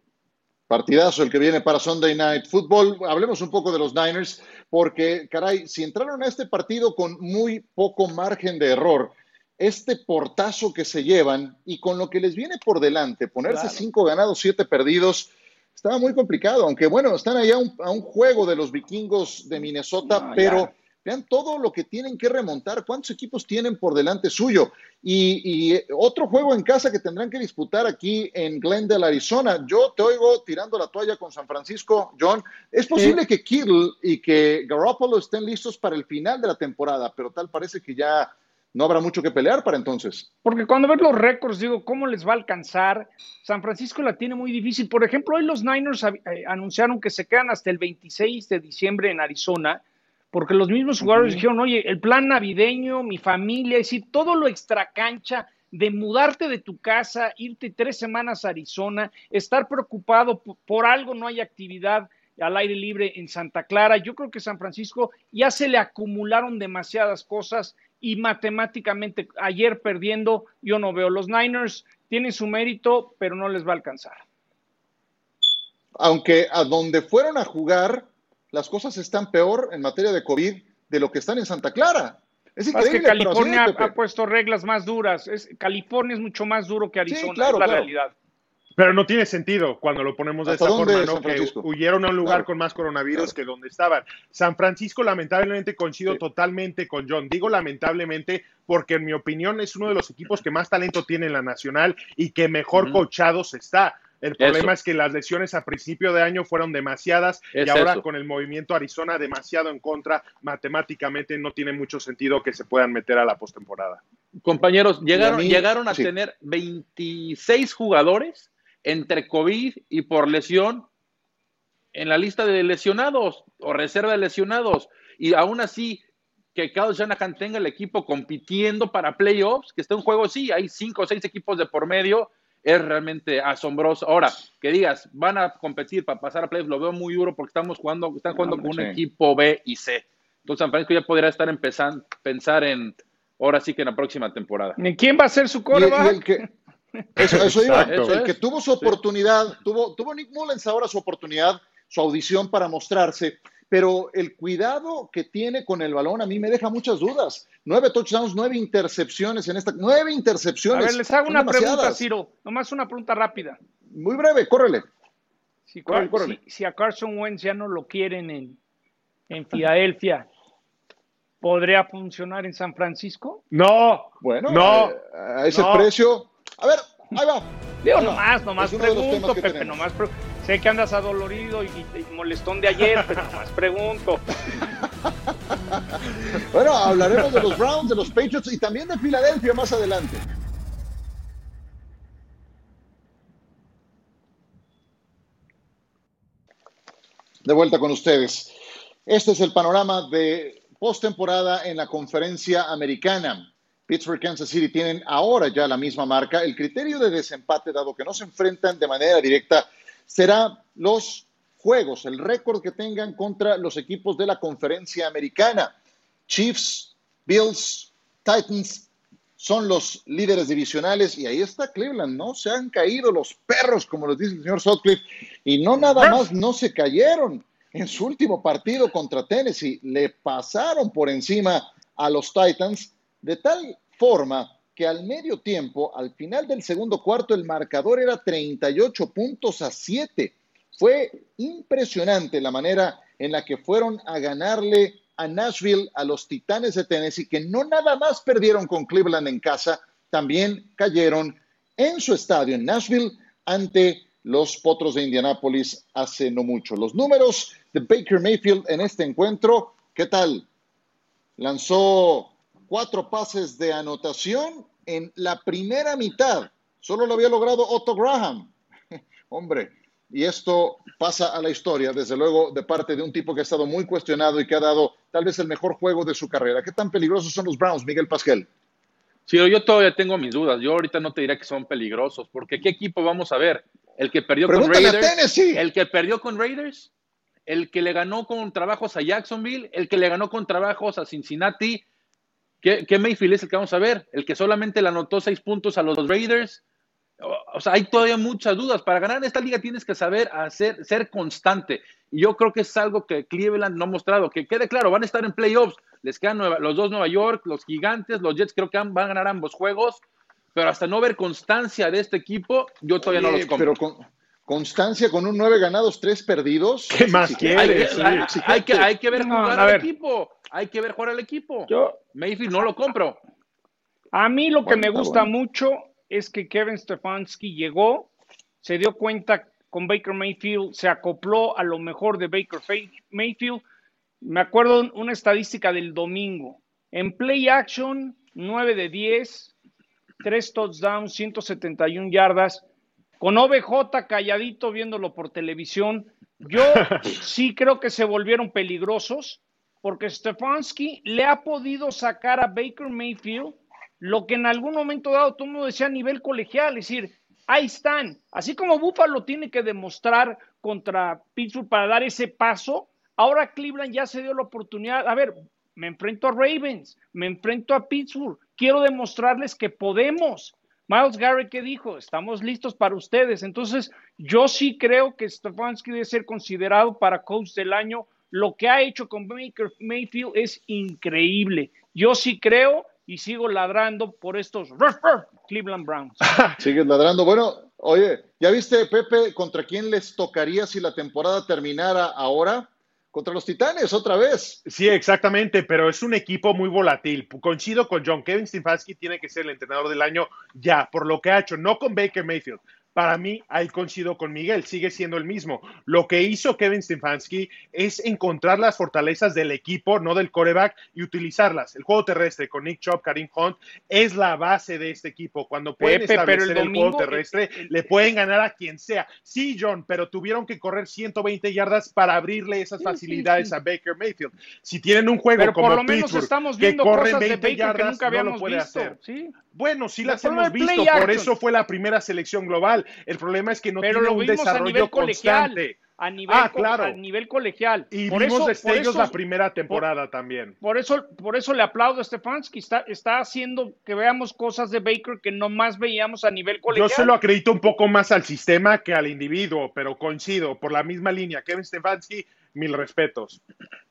Partidazo el que viene para Sunday Night Football. Hablemos un poco de los Niners, porque, caray, si entraron a este partido con muy poco margen de error, este portazo que se llevan y con lo que les viene por delante, ponerse claro. cinco ganados, siete perdidos, estaba muy complicado, aunque bueno, están allá a un, a un juego de los vikingos de Minnesota, no, pero ya. Vean todo lo que tienen que remontar, cuántos equipos tienen por delante suyo, y, y otro juego en casa que tendrán que disputar aquí en Glendale, Arizona. Yo te oigo tirando la toalla con San Francisco, John. Es posible sí. que Kittle y que Garoppolo estén listos para el final de la temporada, pero tal parece que ya no habrá mucho que pelear para entonces. Porque cuando ves los récords, digo, ¿cómo les va a alcanzar? San Francisco la tiene muy difícil. Por ejemplo, hoy los Niners eh, anunciaron que se quedan hasta el veintiséis de diciembre en Arizona, porque los mismos jugadores uh-huh. dijeron, oye, el plan navideño, mi familia, es decir, todo lo extracancha de mudarte de tu casa, irte tres semanas a Arizona, estar preocupado por, por algo, no hay actividad al aire libre en Santa Clara. Yo creo que San Francisco ya se le acumularon demasiadas cosas y matemáticamente ayer perdiendo, yo no veo. Los Niners tienen su mérito, pero no les va a alcanzar. Aunque a donde fueron a jugar, las cosas están peor en materia de COVID de lo que están en Santa Clara. Es increíble. Es que California ha, ha puesto reglas más duras. Es, California es mucho más duro que Arizona, sí, claro, es la claro. realidad. Pero no tiene sentido cuando lo ponemos de esa forma, ¿no? Que huyeron a un lugar claro. con más coronavirus claro. que donde estaban. San Francisco, lamentablemente, coincido sí. totalmente con John. Digo lamentablemente porque, en mi opinión, es uno de los equipos que más talento tiene en la nacional y que mejor uh-huh. coachados está. El problema eso. es que las lesiones a principio de año fueron demasiadas es y ahora eso. con el movimiento Arizona demasiado en contra, matemáticamente no tiene mucho sentido que se puedan meter a la postemporada. Compañeros, llegaron, mí, llegaron a sí. tener veintiséis jugadores entre COVID y por lesión en la lista de lesionados o reserva de lesionados, y aún así que Kyle Shanahan tenga el equipo compitiendo para playoffs, que esté en juego, sí, hay cinco o seis equipos de por medio, es realmente asombroso. Ahora, que digas, van a competir para pasar a playoffs, lo veo muy duro porque estamos jugando, están jugando no, con sí. un equipo B y C. Entonces San Francisco ya podría estar empezando pensar en, ahora sí que en la próxima temporada. ¿Y quién va a ser su quarterback? Eso, eso iba. Eso el es. que tuvo su oportunidad, sí. tuvo, tuvo Nick Mullens ahora su oportunidad, su audición para mostrarse, pero el cuidado que tiene con el balón a mí me deja muchas dudas. Nueve touchdowns, nueve intercepciones en esta, nueve intercepciones. A ver, les hago una pregunta, Ciro, nomás una pregunta rápida. Muy breve, córrele. Si, córrele, córrele. si, si a Carson Wentz ya no lo quieren en, en Filadelfia, ¿podría funcionar en San Francisco? No, bueno, no, a, a ese no. precio. A ver, ahí va. Digo, ahí nomás, va. nomás pregunto, Pepe, nomás pre... Sé que andas adolorido y, y molestón de ayer, pero nomás pregunto. Bueno, hablaremos de los Browns, de los Patriots y también de Filadelfia más adelante. De vuelta con ustedes. Este es el panorama de postemporada en la conferencia americana. Pittsburgh, Kansas City tienen ahora ya la misma marca. El criterio de desempate, dado que no se enfrentan de manera directa, será los juegos, el récord que tengan contra los equipos de la conferencia americana. Chiefs, Bills, Titans son los líderes divisionales y ahí está Cleveland, ¿no? Se han caído los perros, como les dice el señor Sutcliffe, y no nada más no se cayeron. En su último partido contra Tennessee le pasaron por encima a los Titans, de tal forma que al medio tiempo, al final del segundo cuarto, el marcador era treinta y ocho puntos a siete. Fue impresionante la manera en la que fueron a ganarle a Nashville, a los Titanes de Tennessee, que no nada más perdieron con Cleveland en casa, también cayeron en su estadio en Nashville ante los Potros de Indianápolis hace no mucho. Los números de Baker Mayfield en este encuentro, ¿qué tal? Lanzó cuatro pases de anotación en la primera mitad. Solo lo había logrado Otto Graham. Hombre, y esto pasa a la historia, desde luego, de parte de un tipo que ha estado muy cuestionado y que ha dado tal vez el mejor juego de su carrera. ¿Qué tan peligrosos son los Browns, Miguel Pasquel? Sí, yo todavía tengo mis dudas. Yo ahorita no te diré que son peligrosos, porque ¿qué equipo vamos a ver? ¿El que perdió Pregúntale con Raiders? ¿El que perdió con Raiders? ¿El que le ganó con trabajos a Jacksonville? ¿El que le ganó con trabajos a Cincinnati? ¿Qué, ¿Qué Mayfield es el que vamos a ver? ¿El que solamente le anotó seis puntos a los Raiders? O, o sea, hay todavía muchas dudas. Para ganar en esta liga tienes que saber hacer, ser constante. Y yo creo que es algo que Cleveland no ha mostrado. Que quede claro, van a estar en playoffs. Les quedan Nueva, los dos Nueva York, los Gigantes, los Jets creo que van a ganar ambos juegos. Pero hasta no ver constancia de este equipo, yo todavía Oye, no los compro. Pero con, constancia con un nueve ganados, tres perdidos. ¿Qué más quieres? Hay que, Sí, hay, hay que, hay que ver No, jugar a al ver. equipo. Hay que ver jugar al equipo. Yo, Mayfield no lo compro. a mí lo que Bueno, me está gusta bueno. mucho es que Kevin Stefanski llegó, se dio cuenta con Baker Mayfield, se acopló a lo mejor de Baker Mayfield. Me acuerdo una estadística del domingo. En play action, nueve de diez, tres touchdowns, ciento setenta y una yardas. Con O B J calladito viéndolo por televisión. Yo sí creo que se volvieron peligrosos porque Stefanski le ha podido sacar a Baker Mayfield lo que en algún momento dado todo el mundo decía a nivel colegial, es decir, ahí están. Así como Buffalo tiene que demostrar contra Pittsburgh para dar ese paso, ahora Cleveland ya se dio la oportunidad. A ver, me enfrento a Ravens, me enfrento a Pittsburgh, quiero demostrarles que podemos. Myles Garrett, ¿qué dijo? Estamos listos para ustedes. Entonces, yo sí creo que Stefanski debe ser considerado para coach del año. Lo que ha hecho con Baker Mayfield es increíble. Yo sí creo y sigo ladrando por estos Cleveland Browns. Sigues ladrando. Bueno, oye, ¿ya viste, Pepe, contra quién les tocaría si la temporada terminara ahora? Contra los Titanes, otra vez. Sí, exactamente, pero es un equipo muy volátil. Coincido con John. Kevin Stefanski tiene que ser el entrenador del año ya, por lo que ha hecho, no con Baker Mayfield. Para mí, ahí coincido con Miguel, sigue siendo el mismo. Lo que hizo Kevin Stefanski es encontrar las fortalezas del equipo, no del quarterback, y utilizarlas. El juego terrestre con Nick Chubb, Kareem Hunt, es la base de este equipo. Cuando pueden Pepe, pero establecer el el, domingo, juego terrestre, el- el- le pueden ganar a quien sea. Sí, John, pero tuvieron que correr ciento veinte yardas para abrirle esas Sí, facilidades sí, sí. a Baker Mayfield. Si tienen un juego Pero como por lo menos Pittsburgh, estamos que viendo corren cosas de veinte Baker yardas, que nunca no lo habíamos puede visto. hacer. ¿Sí? Bueno, sí El las problema hemos de play visto, por action. eso fue la primera selección global. El problema es que no Pero tiene lo un vimos a desarrollo nivel colegial. constante. A nivel, Ah, co- claro. a nivel colegial. Y Por vimos eso- por destellos eso- la primera temporada también. Por eso, por eso le aplaudo a Stefanski. Está, está haciendo que veamos cosas de Baker que nomás veíamos a nivel colegial. Yo se lo acredito un poco más al sistema que al individuo, pero coincido, por la misma línea. Kevin Stefanski, mil respetos.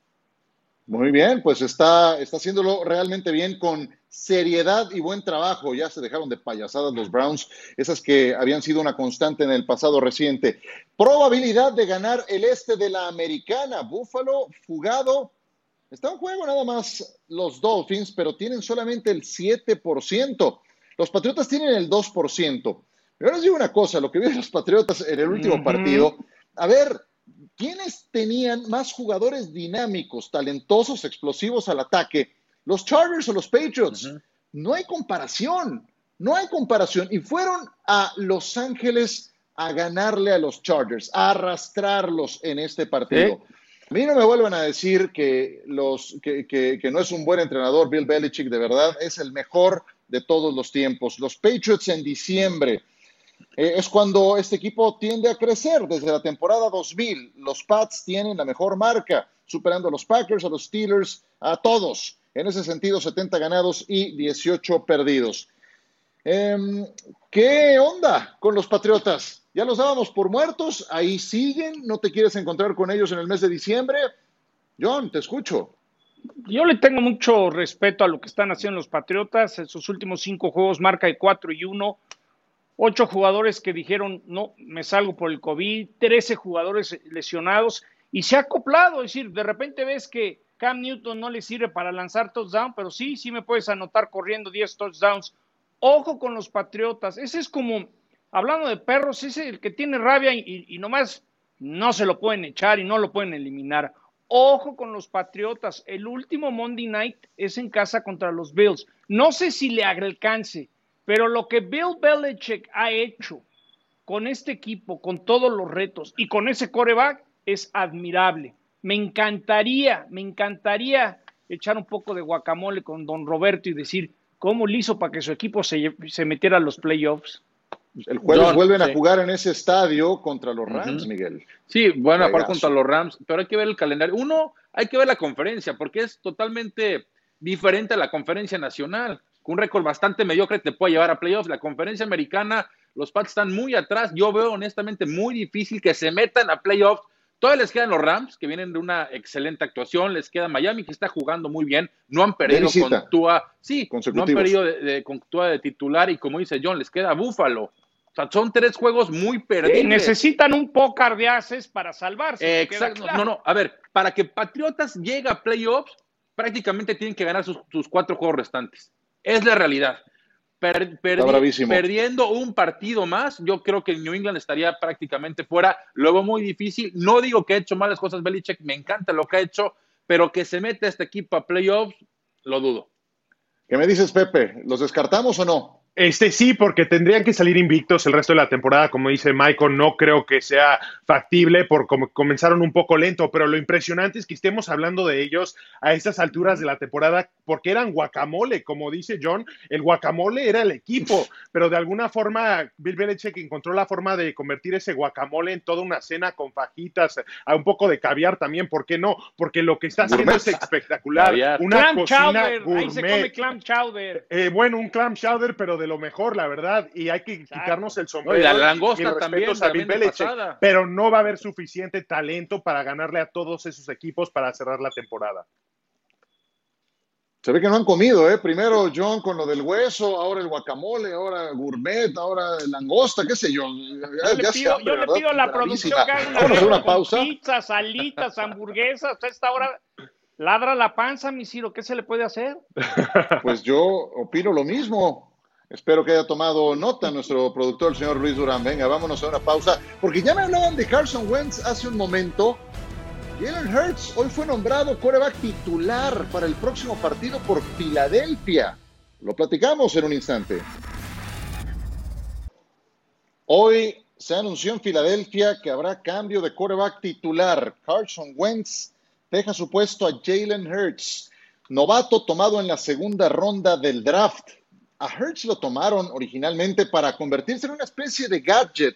Muy bien, pues está, está haciéndolo realmente bien con seriedad y buen trabajo. Ya se dejaron de payasadas los Browns, esas que habían sido una constante en el pasado reciente. Probabilidad de ganar el este de la Americana. Buffalo, fugado. Está en juego nada más los Dolphins, pero tienen solamente el siete por ciento. Los Patriotas tienen el dos por ciento. Pero les digo una cosa, lo que vi de los Patriotas en el último Ujú. partido, a ver, ¿quiénes tenían más jugadores dinámicos, talentosos, explosivos al ataque? ¿Los Chargers o los Patriots? Uh-huh. No hay comparación, no hay comparación. Y fueron a Los Ángeles a ganarle a los Chargers, a arrastrarlos en este partido. Sí. A mí no me vuelvan a decir que, los, que, que, que no es un buen entrenador Bill Belichick, de verdad, es el mejor de todos los tiempos. Los Patriots en diciembre. Eh, es cuando este equipo tiende a crecer desde la temporada dos mil. Los Pats tienen la mejor marca, superando a los Packers, a los Steelers, a todos. En ese sentido, setenta ganados y dieciocho perdidos. Eh, ¿Qué onda con los Patriotas? Ya los dábamos por muertos, ahí siguen, ¿no te quieres encontrar con ellos en el mes de diciembre? John, te escucho. Yo le tengo mucho respeto a lo que están haciendo los Patriotas. En sus últimos cinco juegos marca de cuatro y uno. Ocho jugadores que dijeron, no, me salgo por el COVID, trece jugadores lesionados, y se ha acoplado, es decir, de repente ves que Cam Newton no le sirve para lanzar touchdown, pero sí, sí me puedes anotar corriendo diez touchdowns. Ojo con los Patriotas, ese es como, hablando de perros, ese es el que tiene rabia y, y nomás no se lo pueden echar y no lo pueden eliminar. Ojo con los Patriotas, el último Monday Night es en casa contra los Bills. No sé si le alcance, pero lo que Bill Belichick ha hecho con este equipo, con todos los retos y con ese quarterback es admirable. Me encantaría, me encantaría echar un poco de guacamole con don Roberto y decir cómo le hizo para que su equipo se, se metiera a los playoffs. El jueves John, vuelven sí. a jugar en ese estadio contra los Rams, Uh-huh. Miguel. Sí, bueno, aparte Juegazo. contra los Rams, pero hay que ver el calendario. Uno, hay que ver la conferencia, porque es totalmente diferente a la conferencia nacional. Con un récord bastante mediocre te puede llevar a playoffs. La conferencia americana, los Pats están muy atrás. Yo veo honestamente muy difícil que se metan a playoffs. Todavía les quedan los Rams, que vienen de una excelente actuación. Les queda Miami, que está jugando muy bien. No han perdido con Tua. Sí, no han perdido de, de, con Tua de titular. Y como dice John, les queda Buffalo. sea, son tres juegos muy perdidos. Sí, necesitan un pócar de haces para salvarse. Eh, exacto. Claro. No, no, a ver, para que Patriotas llegue a playoffs, prácticamente tienen que ganar sus, sus cuatro juegos restantes. Es la realidad. Per, perdi, perdiendo un partido más, yo creo que New England estaría prácticamente fuera. Luego muy difícil. No digo que ha hecho malas cosas Belichick, me encanta lo que ha hecho, pero que se mete este equipo a playoffs, lo dudo. ¿Qué me dices, Pepe? ¿Los descartamos o no? Este sí, porque tendrían que salir invictos el resto de la temporada, como dice Michael, no creo que sea factible por como comenzaron un poco lento, pero lo impresionante es que estemos hablando de ellos a estas alturas de la temporada, porque eran guacamole, como dice John, el guacamole era el equipo, pero de alguna forma Bill Belichick encontró la forma de convertir ese guacamole en toda una cena con fajitas, a un poco de caviar también, ¿por qué no? Porque lo que está haciendo es espectacular, caviar. Una clam cocina chowder, gourmet. Ahí se come clam chowder. Eh, bueno, un clam chowder, pero de lo mejor, la verdad, y hay que Exacto. quitarnos el sombrero. No, y la langosta y también, a también Bill de Belichick, pasada. pero no va a haber suficiente talento para ganarle a todos esos equipos para cerrar la temporada. Se ve que no han comido, ¿eh? Primero John con lo del hueso, ahora el guacamole, ahora gourmet, ahora langosta, qué sé yo. Ya, Yo le ya pido, hambre, yo le pido a la producción que haga una, Vamos a hacer una pausa. pizzas, alitas, hamburguesas. A esta hora ladra la panza, mi Ciro. ¿Qué se le puede hacer? Pues yo opino lo mismo. Espero que haya tomado nota nuestro productor, el señor Luis Durán. Venga, vámonos a una pausa, porque ya me hablaban de Carson Wentz hace un momento. Jalen Hurts hoy fue nombrado quarterback titular para el próximo partido por Filadelfia. Lo platicamos en un instante. Hoy se anunció en Filadelfia que habrá cambio de quarterback titular. Carson Wentz deja su puesto a Jalen Hurts, novato tomado en la segunda ronda del draft. A Hurts lo tomaron originalmente para convertirse en una especie de gadget,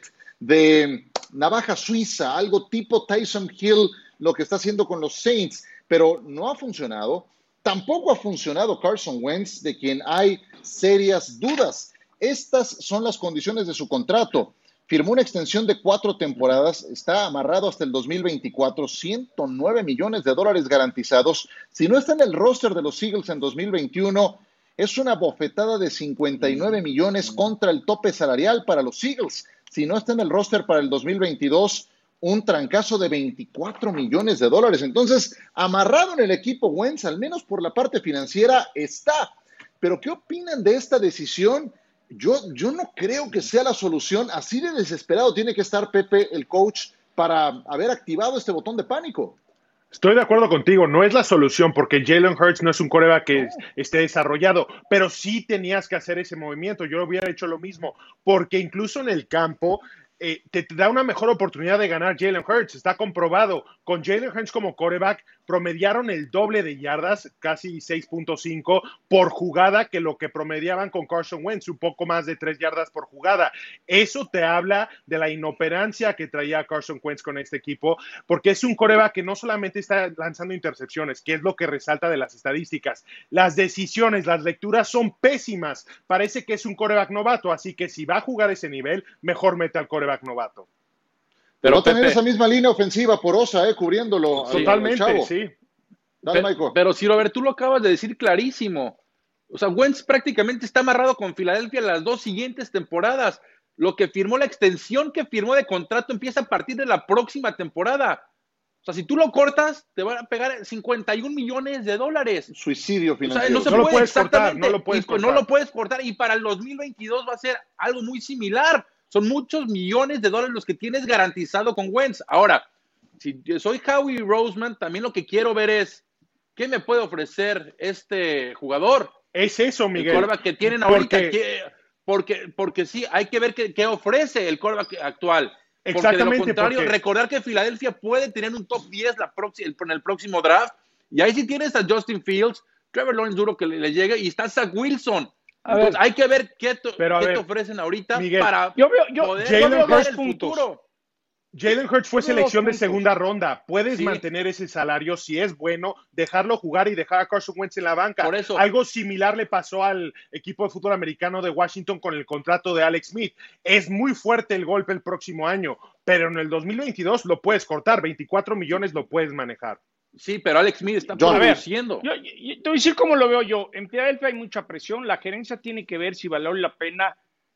de navaja suiza, algo tipo Tyson Hill, lo que está haciendo con los Saints, pero no ha funcionado. Tampoco ha funcionado Carson Wentz, de quien hay serias dudas. Estas son las condiciones de su contrato. Firmó una extensión de cuatro temporadas, está amarrado hasta el dos mil veinticuatro, ciento nueve millones de dólares garantizados. Si no está en el roster de los Eagles en dos mil veintiuno, es una bofetada de cincuenta y nueve millones contra el tope salarial para los Eagles. Si no está en el roster para el dos mil veintidós, un trancazo de veinticuatro millones de dólares. Entonces, amarrado en el equipo Wentz, al menos por la parte financiera, está. Pero, ¿qué opinan de esta decisión? Yo, yo no creo que sea la solución. Así de desesperado tiene que estar Pepe, el coach, para haber activado este botón de pánico. Estoy de acuerdo contigo, no es la solución porque Jalen Hurts no es un quarterback que oh. esté desarrollado, pero sí tenías que hacer ese movimiento. Yo hubiera hecho lo mismo, porque incluso en el campo eh, te, te da una mejor oportunidad de ganar Jalen Hurts. Está comprobado. Con Jalen Hurts como quarterback promediaron el doble de yardas, casi seis punto cinco por jugada, que lo que promediaban con Carson Wentz, un poco más de tres yardas por jugada. Eso te habla de la inoperancia que traía Carson Wentz con este equipo, porque es un quarterback que no solamente está lanzando intercepciones, que es lo que resalta de las estadísticas. Las decisiones, las lecturas son pésimas. Parece que es un quarterback novato, así que si va a jugar ese nivel, mejor mete al quarterback novato. Pero va a tener esa misma línea ofensiva porosa, eh, cubriéndolo. Sí, totalmente, al, al sí. Dale, pero, pero si Robert, tú lo acabas de decir clarísimo. O sea, Wentz prácticamente está amarrado con Filadelfia las dos siguientes temporadas. Lo que firmó, la extensión que firmó de contrato empieza a partir de la próxima temporada. O sea, si tú lo cortas, te van a pegar cincuenta y un millones de dólares. Suicidio financiero. O sea, no se no puede, lo puedes cortar, exactamente. no lo puedes y, cortar. No lo puedes cortar. Y para el dos mil veintidós va a ser algo muy similar. Son muchos millones de dólares los que tienes garantizado con Wentz. Ahora, si soy Howie Roseman, también lo que quiero ver es ¿qué me puede ofrecer este jugador? Es eso, Miguel. El quarterback que tienen ahorita. Porque, que, porque, porque sí, hay que ver qué, qué ofrece el quarterback actual. Porque exactamente. De lo contrario, porque... recordar que Filadelfia puede tener un top diez la próxima, en el próximo draft. Y ahí sí tienes a Justin Fields, Trevor Lawrence duro que le, le llegue, y está Zach Wilson. A Entonces, ver, hay que ver qué, to, qué ver, te ofrecen ahorita, Miguel, para yo veo, yo, poder Jalen ver el futuro. Jalen Hurts fue selección de segunda ronda. Puedes sí. mantener ese salario si es bueno, dejarlo jugar y dejar a Carson Wentz en la banca. Por eso. Algo similar le pasó al equipo de fútbol americano de Washington con el contrato de Alex Smith. Es muy fuerte el golpe el próximo año, pero en el dos mil veintidós lo puedes cortar, veinticuatro millones lo puedes manejar. Sí, pero Alex Smith está John, produciendo. Yo, yo, yo, te voy a decir cómo lo veo yo. En Filadelfia hay mucha presión. La gerencia tiene que ver si vale la pena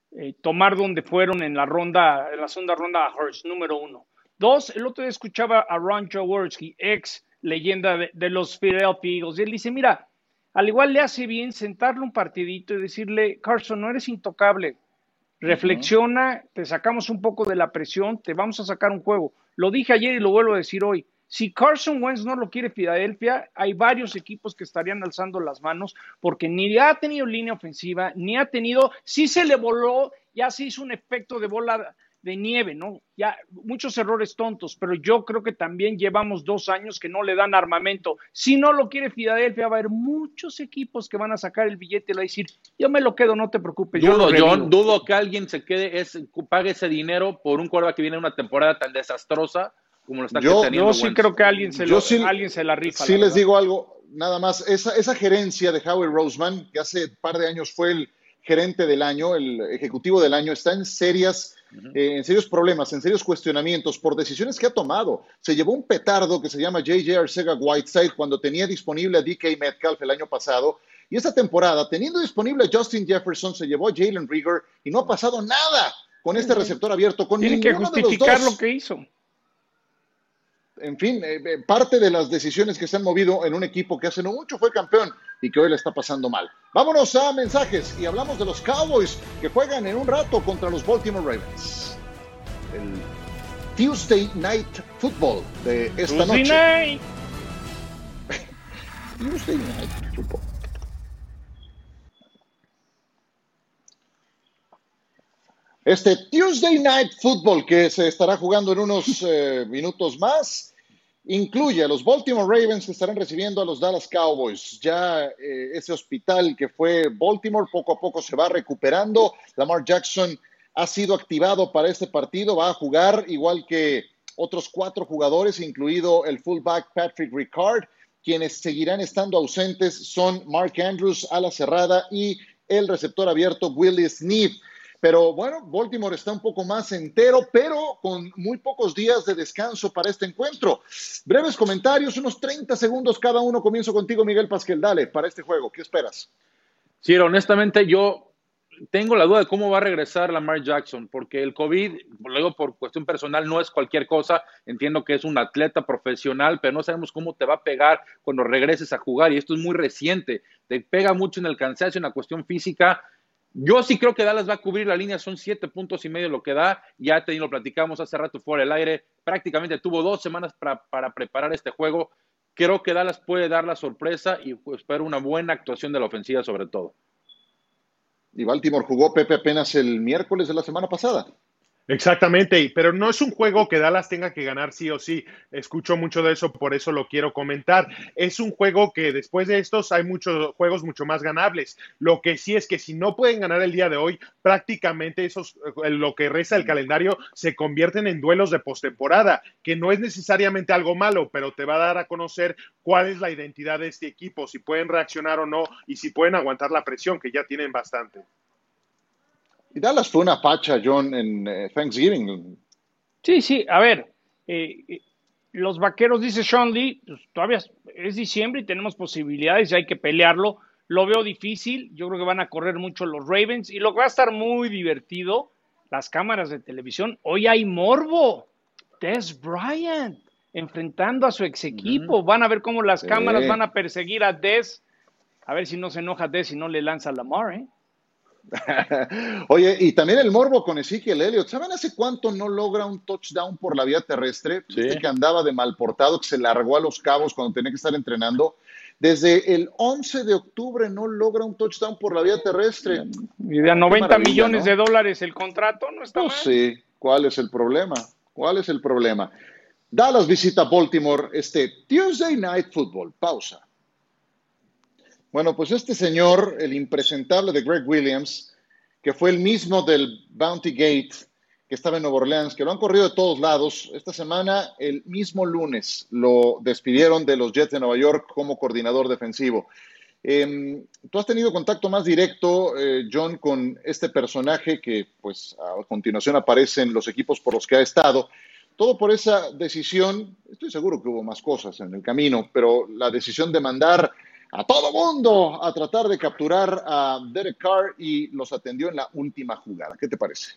eh, tomar donde fueron en la ronda, en la segunda ronda a Hurts, número uno. Dos, el otro día escuchaba a Ron Jaworski, ex leyenda de, de los Philadelphia Eagles, y él dice, mira, al igual le hace bien sentarle un partidito y decirle, Carson, no eres intocable, reflexiona, uh-huh. te sacamos un poco de la presión, te vamos a sacar un juego. Lo dije ayer y lo vuelvo a decir hoy. Si Carson Wentz no lo quiere Filadelfia, hay varios equipos que estarían alzando las manos porque ni ha tenido línea ofensiva, ni ha tenido, sí se le voló, ya se hizo un efecto de bola de nieve, ¿no? Ya muchos errores tontos, pero yo creo que también llevamos dos años que no le dan armamento. Si no lo quiere Filadelfia, va a haber muchos equipos que van a sacar el billete y le van a decir, yo me lo quedo, no te preocupes. Dudo, yo John, dudo que alguien se quede, es, pague ese dinero por un quarterback que viene en una temporada tan desastrosa como lo está yo, teniendo. Yo sí Wentz. creo que alguien se, lo, sí, alguien se la rifa. Sí la les verdad. digo algo, nada más, esa, esa gerencia de Howie Roseman, que hace un par de años fue el gerente del año, el ejecutivo del año, está en serias, uh-huh. eh, en serios problemas, en serios cuestionamientos por decisiones que ha tomado. Se llevó un petardo que se llama J J Arcega-Whiteside cuando tenía disponible a D K Metcalf el año pasado, y esta temporada, teniendo disponible a Justin Jefferson, se llevó a Jalen Reagor y no ha pasado nada con este receptor abierto, con Tiene que ninguno de los justificar dos. lo que hizo. En fin, eh, parte de las decisiones que se han movido en un equipo que hace no mucho fue campeón y que hoy le está pasando mal. Vámonos a mensajes y hablamos de los Cowboys que juegan en un rato contra los Baltimore Ravens. El Tuesday Night Football de esta Tuesday noche. Night. Tuesday Night Football. Este Tuesday Night Football que se estará jugando en unos eh, minutos más incluye a los Baltimore Ravens que estarán recibiendo a los Dallas Cowboys. Ya eh, ese hospital que fue Baltimore poco a poco se va recuperando. Lamar Jackson ha sido activado para este partido, va a jugar igual que otros cuatro jugadores, incluido el fullback Patrick Ricard. Quienes seguirán estando ausentes son Mark Andrews, ala cerrada, y el receptor abierto Willie Snead. Pero bueno, Baltimore está un poco más entero, pero con muy pocos días de descanso para este encuentro. Breves comentarios, unos treinta segundos cada uno. Comienzo contigo, Miguel Pasquel. Dale, para este juego, ¿qué esperas? Sí, honestamente yo tengo la duda de cómo va a regresar Lamar Jackson, porque el COVID, luego por cuestión personal, no es cualquier cosa. Entiendo que es un atleta profesional, pero no sabemos cómo te va a pegar cuando regreses a jugar, y esto es muy reciente. Te pega mucho en el cansancio, en la cuestión física. Yo sí creo que Dallas va a cubrir la línea, son siete puntos y medio lo que da. Ya te lo platicamos hace rato fuera del aire. Prácticamente tuvo dos semanas para, para preparar este juego. Creo que Dallas puede dar la sorpresa y pues, espero una buena actuación de la ofensiva sobre todo. Y Baltimore jugó, Pepe, apenas el miércoles de la semana pasada. Exactamente, pero no es un juego que Dallas tenga que ganar sí o sí. Escucho mucho de eso, por eso lo quiero comentar. Es un juego que después de estos hay muchos juegos mucho más ganables. Lo que sí es que si no pueden ganar el día de hoy, prácticamente esos, lo que resta del calendario se convierten en duelos de postemporada, que no es necesariamente algo malo, pero te va a dar a conocer cuál es la identidad de este equipo, si pueden reaccionar o no y si pueden aguantar la presión, que ya tienen bastante. Y Dallas fue una facha, John, en eh, Thanksgiving. Sí, sí, a ver, eh, eh, los vaqueros, dice Sean Lee, pues, todavía es diciembre y tenemos posibilidades y hay que pelearlo. Lo veo difícil, yo creo que van a correr mucho los Ravens y lo que va a estar muy divertido, las cámaras de televisión. Hoy hay morbo, Dez Bryant enfrentando a su ex equipo. Uh-huh. Van a ver cómo las sí. cámaras van a perseguir a Dez. A ver si no se enoja Dez y no le lanza a Lamar, ¿eh? Oye, y también el morbo con Ezekiel Elliott. ¿Saben hace cuánto no logra un touchdown por la vía terrestre? Sí. Este que andaba de mal portado, que se largó a Los Cabos cuando tenía que estar entrenando. Desde el once de octubre no logra un touchdown por la vía terrestre. Y de a noventa millones ¿no? de dólares el contrato, ¿no está pues mal? Sí, ¿cuál es el problema? ¿Cuál es el problema? Dallas visita Baltimore este Tuesday Night Football. Pausa. Bueno, pues este señor, el impresentable de Greg Williams, que fue el mismo del Bounty Gate, que estaba en Nueva Orleans, que lo han corrido de todos lados, esta semana, el mismo lunes, lo despidieron de los Jets de Nueva York como coordinador defensivo. Eh, tú has tenido contacto más directo, eh, John, con este personaje que, pues, a continuación aparece en los equipos por los que ha estado. Todo por esa decisión, estoy seguro que hubo más cosas en el camino, pero la decisión de mandar a todo mundo a tratar de capturar a Derek Carr y los atendió en la última jugada. ¿Qué te parece?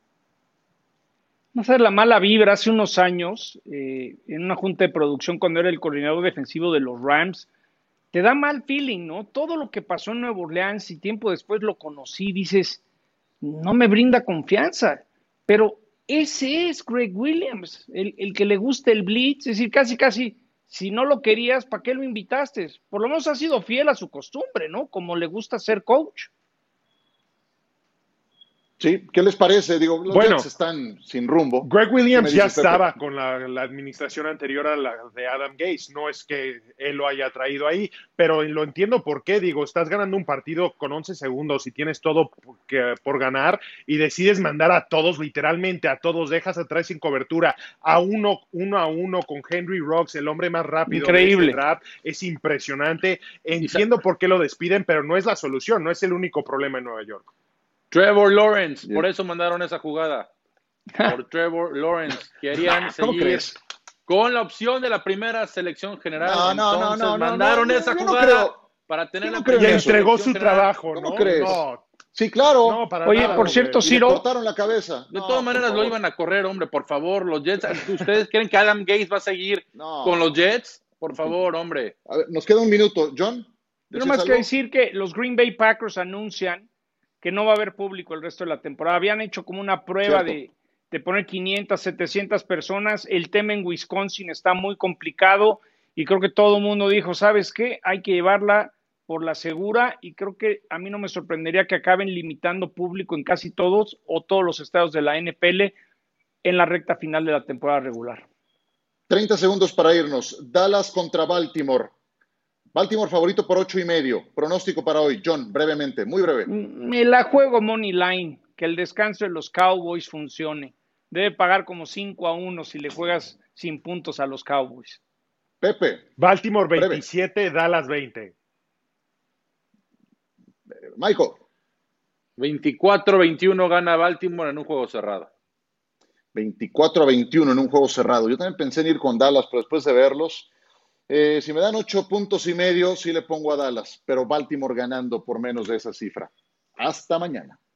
No sé, la mala vibra hace unos años, eh, en una junta de producción cuando era el coordinador defensivo de los Rams, te da mal feeling, ¿no? Todo lo que pasó en Nueva Orleans y tiempo después lo conocí, dices, no me brinda confianza, pero ese es Greg Williams, el, el que le gusta el blitz, es decir, casi, casi, si no lo querías, ¿para qué lo invitaste? Por lo menos ha sido fiel a su costumbre, ¿no? Como le gusta ser coach. Sí, ¿qué les parece? Digo, los Bueno, Jets están sin rumbo. Greg Williams ¿Qué me ya dices, Pepe? estaba con la, la administración anterior a la de Adam Gase. No es que él lo haya traído ahí, pero lo entiendo por qué. Digo, estás ganando un partido con once segundos y tienes todo por, que, por ganar y decides mandar a todos, literalmente a todos, dejas atrás sin cobertura, a uno, uno a uno con Henry Ruggs, el hombre más rápido Increíble. de este draft. Es impresionante. Entiendo por qué lo despiden, pero no es la solución, no es el único problema en Nueva York. Trevor Lawrence, Yeah. por eso mandaron esa jugada. Por Trevor Lawrence. Querían ¿Cómo seguir crees? con la opción de la primera selección general. No, no, no, Entonces no, no, mandaron no, yo- esa yo no jugada creo. para tener Yo no la creo Y en primera eso. entregó selección su general. trabajo, ¿Cómo ¿no? crees? No, Sí, claro. no, para Oye, nada, por hombre. cierto, Y le Ciro, cortaron la cabeza. De No, todas por maneras lo favor. iban a correr, hombre, por favor. Los Jets, ¿ustedes creen que Adam Gase va a seguir No. con los Jets? Por favor, hombre. A ver, nos queda un minuto. John, no ¿decías más que algo? decir que los Green Bay Packers anuncian que no va a haber público el resto de la temporada. Habían hecho como una prueba de, de poner quinientas, setecientas personas. El tema en Wisconsin está muy complicado y creo que todo el mundo dijo, ¿sabes qué? Hay que llevarla por la segura y creo que a mí no me sorprendería que acaben limitando público en casi todos o todos los estados de la N F L en la recta final de la temporada regular. treinta segundos para irnos. Dallas contra Baltimore. Baltimore favorito por ocho y medio. Pronóstico para hoy. John, brevemente, muy breve. Me la juego money line, que el descanso de los Cowboys funcione. Debe pagar como cinco a uno si le juegas sin puntos a los Cowboys. Pepe, Baltimore Breve. veintisiete, Dallas veinte. Michael, veinticuatro veintiuno gana Baltimore en un juego cerrado. veinticuatro a veintiuno en un juego cerrado. Yo también pensé en ir con Dallas, pero después de verlos, eh, si me dan ocho puntos y medio, sí le pongo a Dallas, pero Baltimore ganando por menos de esa cifra. Hasta mañana.